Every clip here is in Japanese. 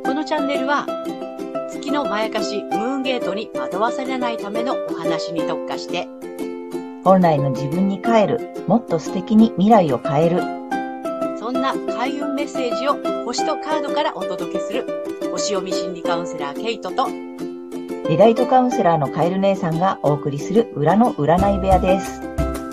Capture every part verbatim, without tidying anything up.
このチャンネルは月のまやかしムーンゲートに惑わされないためのお話に特化して、 本来の自分に帰る、もっと素敵に未来を変える、 そんな開運メッセージを星とカードからお届けする星読み心理カウンセラーケイトとリライトカウンセラーのカエル姉さんがお送りする裏の占い部屋です。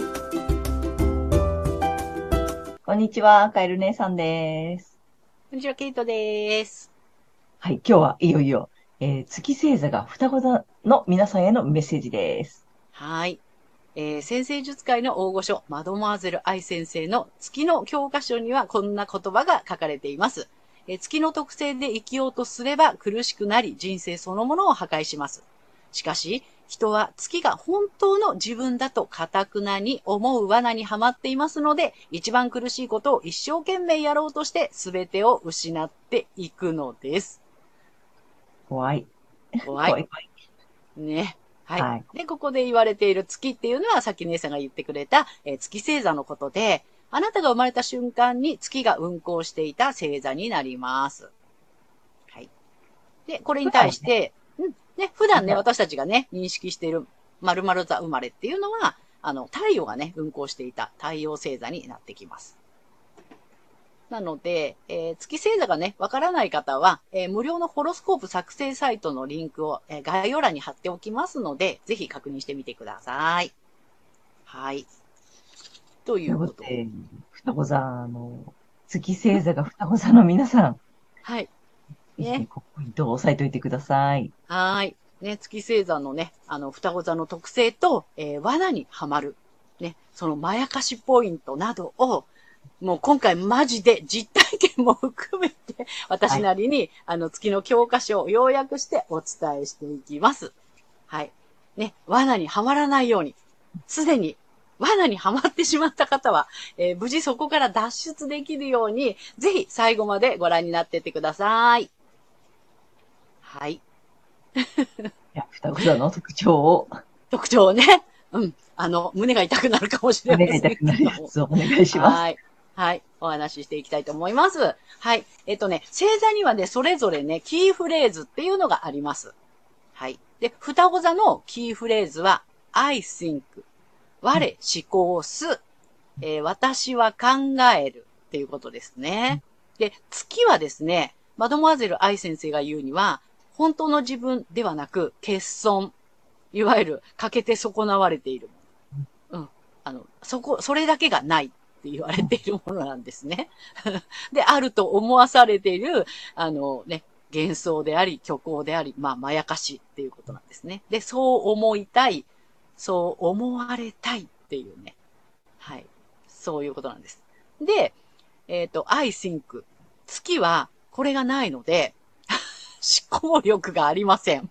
こんにちは、カエル姉さんです。 こんにちは、ケイトです。 はい、今日はいよいよ、えー、月星座が双子座の皆さんへのメッセージです。 はい。えー、先生術界の大御所、マドモアゼル愛先生の月の教科書にはこんな言葉が書かれています。えー、月の特性で生きようとすれば苦しくなり、人生そのものを破壊します。しかし、人は月が本当の自分だと堅くなに思う罠にはまっていますので、一番苦しいことを一生懸命やろうとして全てを失っていくのです。 怖い。 怖い。怖い怖い。ね。はい、 はい。 で、ここで言われている月っていうのは、さっき姉さんが言ってくれた、えー、月星座のことで、あなたが生まれた瞬間に月が運行していた星座になります。はい。で、これに対して、ね、うん、ね、普段ね、私たちがね、認識している〇〇座生まれっていうのは、あの、太陽がね、運行していた太陽星座になってきます。なので、えー、月星座がね、わからない方は、えー、無料のホロスコープ作成サイトのリンクを、えー、概要欄に貼っておきますので、ぜひ確認してみてください。はい。ということで。 双子座の、月星座が双子座の皆さん。 はい。 ね。ポイントを押さえておいてください。 はい。ね、月星座のね、あの、双子座の特性と、えー、罠にはまる。ね、そのまやかしポイントなどを、もう今回マジで実体験も含めて、私なりに、はい、あの、月の教科書を要約してお伝えしていきます。はい。ね、罠にはまらないように、すでに罠にはまってしまった方は、えー、無事そこから脱出できるように、ぜひ最後までご覧になっていってください。はい。いや、双子座の特徴を。 特徴をね。うん。あの、胸が痛くなるかもしれませんけど。 胸が痛くなるやつをお願いします。 はい。はい。お話ししていきたいと思います。はい。えっとね、星座にはね、それぞれね、キーフレーズっていうのがあります。はい。で、双子座のキーフレーズは、I think、我、思考す、えー、私は考えるっていうことですね。で、月はですね、マドモアゼル愛先生が言うには、本当の自分ではなく、欠損。いわゆる、欠けて損なわれている。うん。あの、そこ、それだけがないって言われているものなんですね。で、あると思わされている、あのね、幻想であり、虚構であり、まあ、まやかしっていうことなんですね。で、そう思いたい、そう思われたいっていうね。はい。そういうことなんです。で、えっと、I think。月は、これがないので、思考力がありません。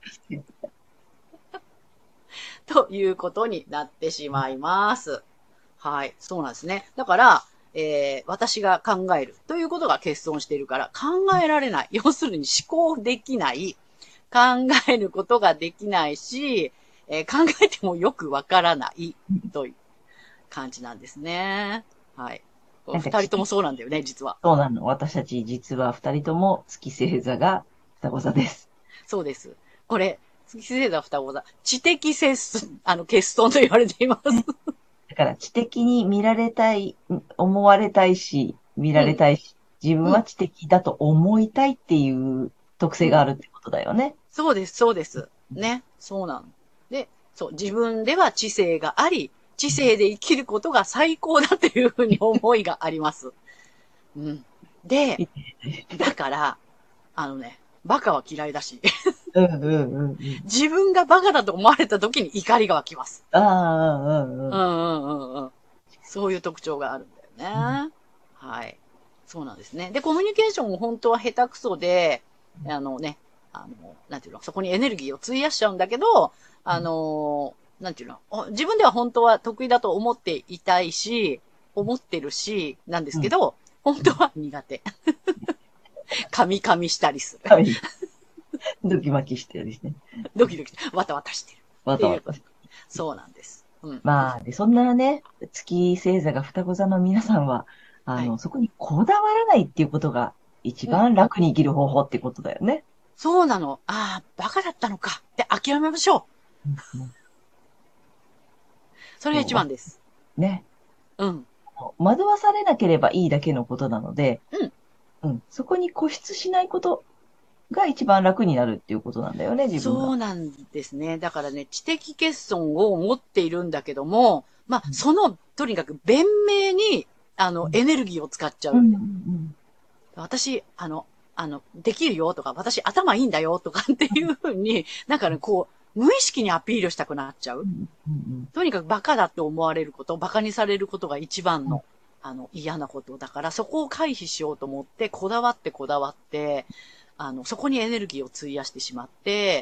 ということになってしまいます。はい。そうなんですね。だから、えー、私が考えるということが欠損しているから、考えられない。要するに思考できない。考えることができないし、えー、考えてもよくわからないという感じなんですね。はい。二人ともそうなんだよね、実は。 そうなの。私たち実は二人とも月星座が双子座です。 そうです。これ、月星座双子座。知的欠損、あの、欠損と言われています。 だから知的に見られたい、思われたいし、見られたいし、うん、自分は知的だと思いたいっていう特性があるってことだよね。うん、 そうです、そうです。ね。そうなの。で、そう、自分では知性があり、知性で生きることが最高だというふうに思いがあります。うん。で、だから、あのね、バカは嫌いだし。 うんうんうんうん、 自分がバカだと思われた時に怒りが湧きます。 ああ、うんうんうん。 うんうんうんうん。そういう特徴があるんだよね。うん、はい。そうなんですね。で、コミュニケーションも本当は下手くそで、あのね、あの、なんていうの、そこにエネルギーを費やしちゃうんだけど、あの、なんていうの、自分では本当は得意だと思っていたいし、思ってるし、なんですけど、うん、本当は苦手。噛み噛みしたりする。はい。 ドキマキしてるですね。 ドキドキ、わたわたしてる。 わたわたしてる。 そうなんです。うん、 まあ、で、そんなね、月星座が双子座の皆さんは、あの、はい、そこにこだわらないっていうことが一うん。 番楽に生きる方法ってことだよね。 そうなの。ああ、バカだったのか。で、諦めましょう。 うんうん、 それがそう、わ一番です。 ね。 うん。 惑わされなければいいだけのことなので、 うん。 うん、そこに固執しないことが一番楽になるっていうことなんだよね、自分が。 そうなんですね。だからね、知的欠損を持っているんだけども、まあ、 うん、 その、とにかく弁明に、あの、エネルギーを使っちゃう。 うん、うん、 私、あの、あの、できるよとか、私頭いいんだよとかっていうふうに、なんかね、こう、無意識にアピールしたくなっちゃう。 うん、うん、 とにかくバカだって思われること、バカにされることが一番うん、 の、あの、嫌なことだから、そこを回避しようと思って、こだわってこだわって、あの、そこにエネルギーを費やしてしまって、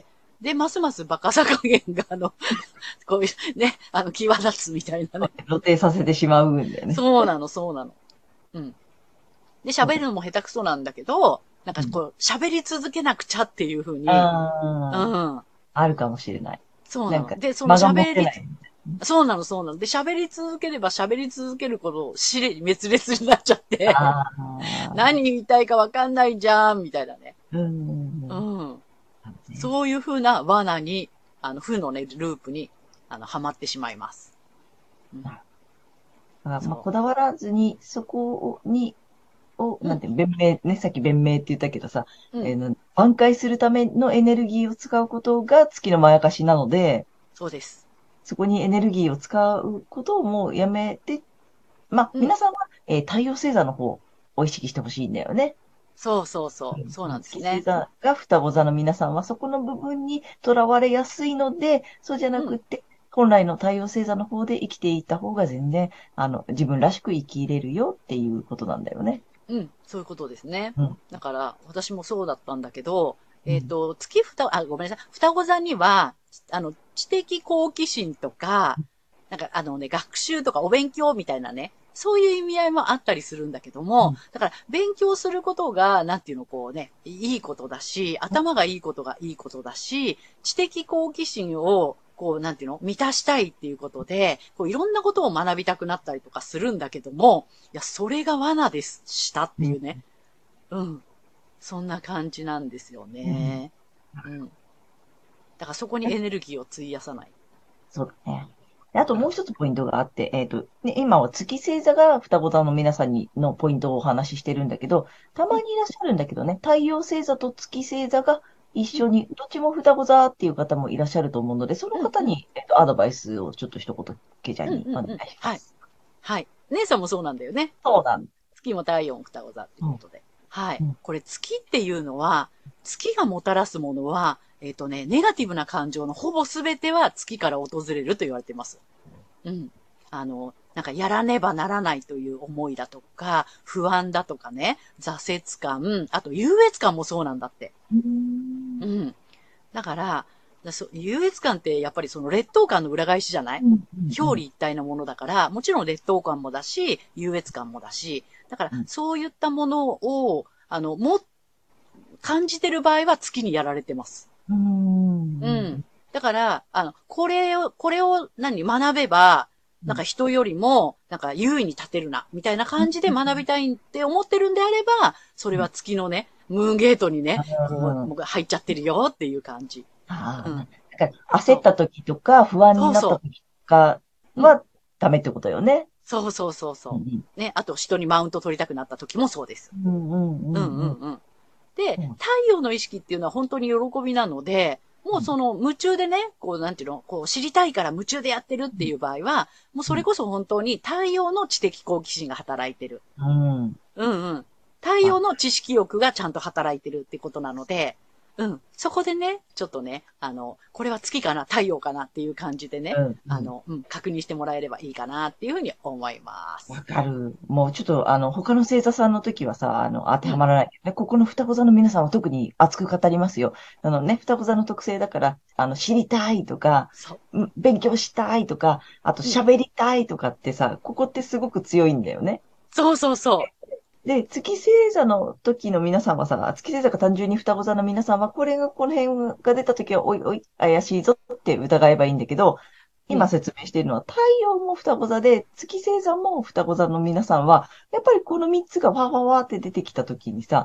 で、ますますバカさ加減が、あの、こういうね、あの、際立つみたいなね。 露呈させてしまうんだよね。 そうなの、そうなの。うん。で、 そう。 喋るのも下手くそなんだけど、なんかうん、 こう、喋り続けなくちゃっていうふうに、うああ、 ん。 あるかもしれない。 そうなの。 なんか、 で、その間が持喋り、 てない。 そうなの、そうなの。で、喋り続ければ喋り続けることを死に滅裂になっちゃって、 ああ、 何言いたいかわかんないじゃん、みたいなね。 うん、うん、 うん。 ね。 そういうふうな罠に、あの、負のね、ループに、あの、はまってしまいます。うん。 あ、まあ、 そこだわらずに、そこに、を、 う。うん。 なんて、弁明、ね、さっき弁明って言ったけどさ、 うん。 えーの挽回するためのエネルギーを使うことが月のまやかしなので、 そうです。 そこにエネルギーを使うことをもうやめて、まあ、 うん。 皆さんは、えー太陽星座の方を意識してほしいんだよね。 そうそうそう。そうなうん、月星んですね。 座が双子座の皆さんはそこの部分にとらわれやすいので、そうじゃなうん。 くって、本来の太陽星座の方で生きていった方が全然、あの、自分らしく生きれるよっていうことなんだよね。 うん。そういうことですね。 うん。 だから、私もそうだったんだけど、 うん。 えっと、月双、あ、ごめんなさい。双子座には、あの、知的好奇心とか、なんかあのね、学習とかお勉強みたいなね、そういう意味合いもあったりするんだけども、 うん。 だから勉強することが、なんていうの、こうね、いいことだし、頭がいいことがいいことだし、知的好奇心を、こう、なんていうの、満たしたいっていうことで、こういろんなことを学びたくなったりとかするんだけども、いや、それが罠でしたっうん。 ていうね。うん。そんな感じなんですようん、 ね。うん。だからそこにエネルギーを費やさない。 そうだね。であともう一つポイントがあって、えっと、ね、今は月星座が双子座の皆さんにのポイントをお話ししてるんだけど、たうん、 まにいらっしゃるんだけどね、太陽星座と月星座が一緒に、どっちも双子座っていう方もいらっしゃると思うので、そのうん、うん、 方に、えっと、アドバイスをちょっと一言、けちゃんうん、 にお願うん、うん。はい。 いします。 はい。姉さんもそうなんだよね。 そうなんだ。 月も太陽も双子座っていううん。 ことで。はい。 うん。 これ月っていうのは、月がもたらすものは、えっ、とね、ネガティブな感情のほぼ全ては月から訪れると言われています。うん。あの、なんかやらねばならないという思いだとか、不安だとかね、挫折感、あと優越感もそうなんだって。 うーん。 うん。だから、そ優越感ってやっぱりその劣等感の裏返しじゃない。 うん。うん。うん。 表裏一体なものだから、もちろん劣等感もだし、優越感もだし、だからうん。 そういったものを、あの、も、感じてる場合は月にやられてます。 うーん。 うん。だから、あの、これを、これを何、学べば、なんか人よりも、なんか優位に立てるな、みたいな感じで学びたいって思ってるんであれば、それは月のね、ムーンゲートにね、こう、もう入っちゃってるよっていう感じ。 ああ、なうん。 だから焦ったそう。 時とか不安にそうそなった時とかう。うん。 はダメってことよね。 そうそうそうそうん、 う。ね。あと人にマウント取りたくなった時もそうです。 うん、うん、ううんん、うん。 うんうん。で、 うん、 太陽の意識っていうのは本当に喜びなので、もうその夢中でね、こうなんていうの、こう知りたいから夢中でやってるっていう場合は、もうそれこそ本当に太陽の知的好奇心が働いてる。 うん。うん。 うんうん。太陽あ、 の知識欲がちゃんと働いてるってことなので、うん。そこでね、ちょっとね、あの、これは月かな、太陽かなっていう感じでね、 うん、うん。 あの、うん、確認してもらえればいいかなっていうふうに思います。 わかる。もうちょっと、あの、他の星座さんの時はさ、あの、当てうん。 はまらないけどね。ここの双子座の皆さんは特に熱く語りますよ。あのね、双子座の特性だから、あの、知りたいとか、 そう。 うん勉強したいとか、あとうん。 喋りたいとかってさ、ここってすごく強いんだよね。 そうそうそで、月星座の時の皆さんはさ、月星座が単純に双子座の皆さんは、これが、この辺が出た時は、おいおい、怪しいぞって疑えばいいんだけど、 う。うん。 今説明しているのは、太陽も双子座で、月星座も双子座の皆さんは、やっぱりこのみっつがわーわーわーって出てきた時にさ、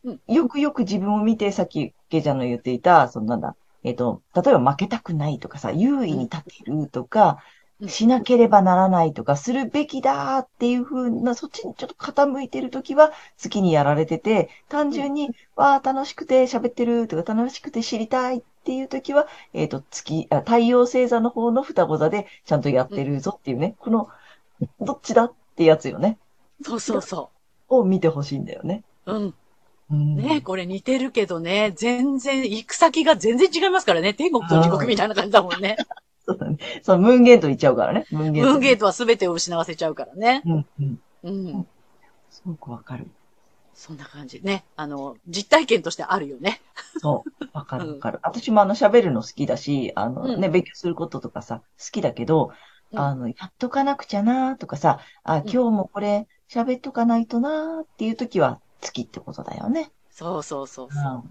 うん。 よくよく自分を見て、さっき、ケイちゃんの言っていた、そのなんだ、えっと、例えば負けたくないとかさ、優位うん。 に立てるとか、 うん。 しなければならないとか、するべきだっていう風な、そっちにちょっと傾いてるときは、好きにやられてて、単うん。 純に、わあ、楽しくて喋ってるとか、楽しくて知りたいっていうときは、えっと、月、あ、太陽星座の方の双子座でちゃんとやっうん。 てるぞっていうね、この、どっちだってやつよね。どっそうちだそうそを見てほしいんだよね。 う。うん。 うね、 ん。 これ似てるけどね、全然、行く先が全然違いますからね。天国と地獄うん。 みたいな感じだもんね。 そうだね。そう、ムーンゲート行っちゃうからね。ムーンゲートに。 ムーンゲートは全てを失わせちゃうからね。 うん、うん。 うん。 うん、すごくわかる。 そんな感じ。ね。あの、実体験としてあるよね。 そう。わかうん。 るわかる。私もあの喋るの好きだし、あのね、 うん。 勉強することとかさ、好きだけど、 うん。 あの、やっとかなくちゃなとかさ、あ、 うん。 今日もこれ喋っとかないとなっていう時は好きってことだよね。 そうそうそうそう。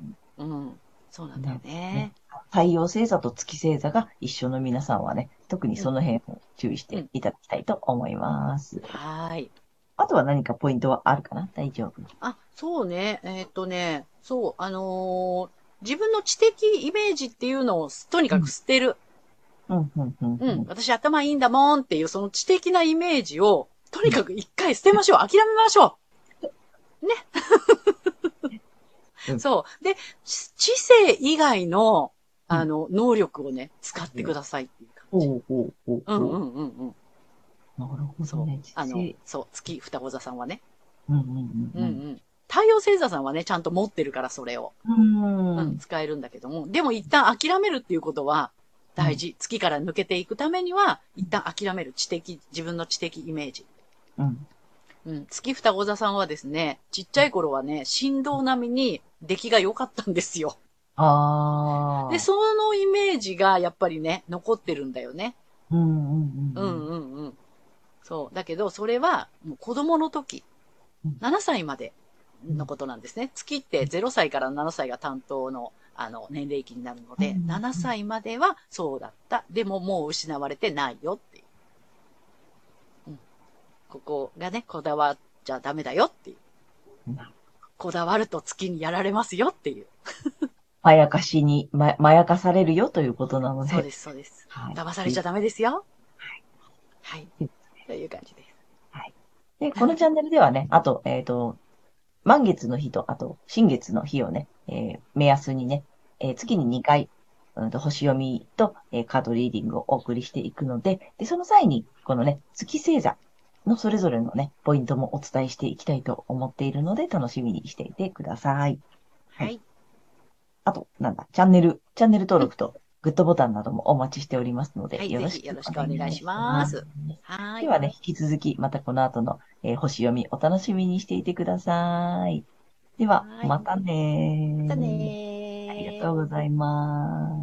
うん。そうなんだよなるほどね。 ね。 太陽星座と月星座が一緒の皆さんはね、特にうん。 その辺を注意しうん。 ていただきたいと思います。 はーい。 あとは何かポイントはあるかな？大丈夫？ あ、そうね。えーっとね、そう、あのー自分の知的イメージっていうのをとにかくうん、 捨てる。 うん、うん、うん、 うん。 うん。 私頭いいんだもんっていうその知的なイメージをとにうん、 かく一回捨てましょう。諦めましょう。ね。 うん。 そう。で、知知性以外の、 うん。 あの、能力をね、使ってくださいっていう感じ。 ほうほうほうほう。 うんうんうんうん。 なるほどそう。 ね。 あの、 実際、 そう、月双子座さんはね。 うんうんうんうんうん。太陽星座さんはね、ちゃんと持ってるから、それを。 うん。 うん、 うーん。 使えるんだけども。でも一旦諦めるっていうことはうん。 大事。月から抜けていくためには、一旦諦める知的、自分の知的イメージ。 うん。 うん。月双子座さんはですね、ちっちゃい頃はね、振動並みに出来が良かったんですよ。で、 ああ。 そのイメージがやっぱりね、残ってるんだよね。 うんうんうんうんうん。そう。だけど、それは、もう子供の時、 うん。 ななさいまでうん。 のことなんですね。月ってゼロさいからななさいが担当の、あの、年齢期になるのうで、 んうん。 ななさいまではそうだった。でももう失われてないよっていう。うん、ここがね、こだわっちゃダメだよっていう。 うん。 こだわると月にやられますよっていう。 まやかしに、ま、まやかされるよということなので、 そうです、そうです。 はい。 騙されちゃダメですよ。はい。 で、 という感じです。 はい。で、このチャンネルではね、あと、えっと、満月の日と、あと、新月の日をね、えー目安にね、えー月ににかい、うんと、星読みと、えーカードリーディングをお送りしていくので、で、その際に、このね、月星座のそれぞれのね、ポイントもお伝えしていきたいと思っているので、楽しみにしていてください。はい。 はい。 あと、なんだ、チャンネル、チャンネル登うん。 録とグッドボタンなどもお待ちしておりますので、 はい、 よろしぜひよろしくお願くお願いしいします。 ます。はい。 ではね、引き続き、またこの後の、えー星読みお楽しみにしていてください。では、 はい。 またねまたねー。ありがとうー。 ございます。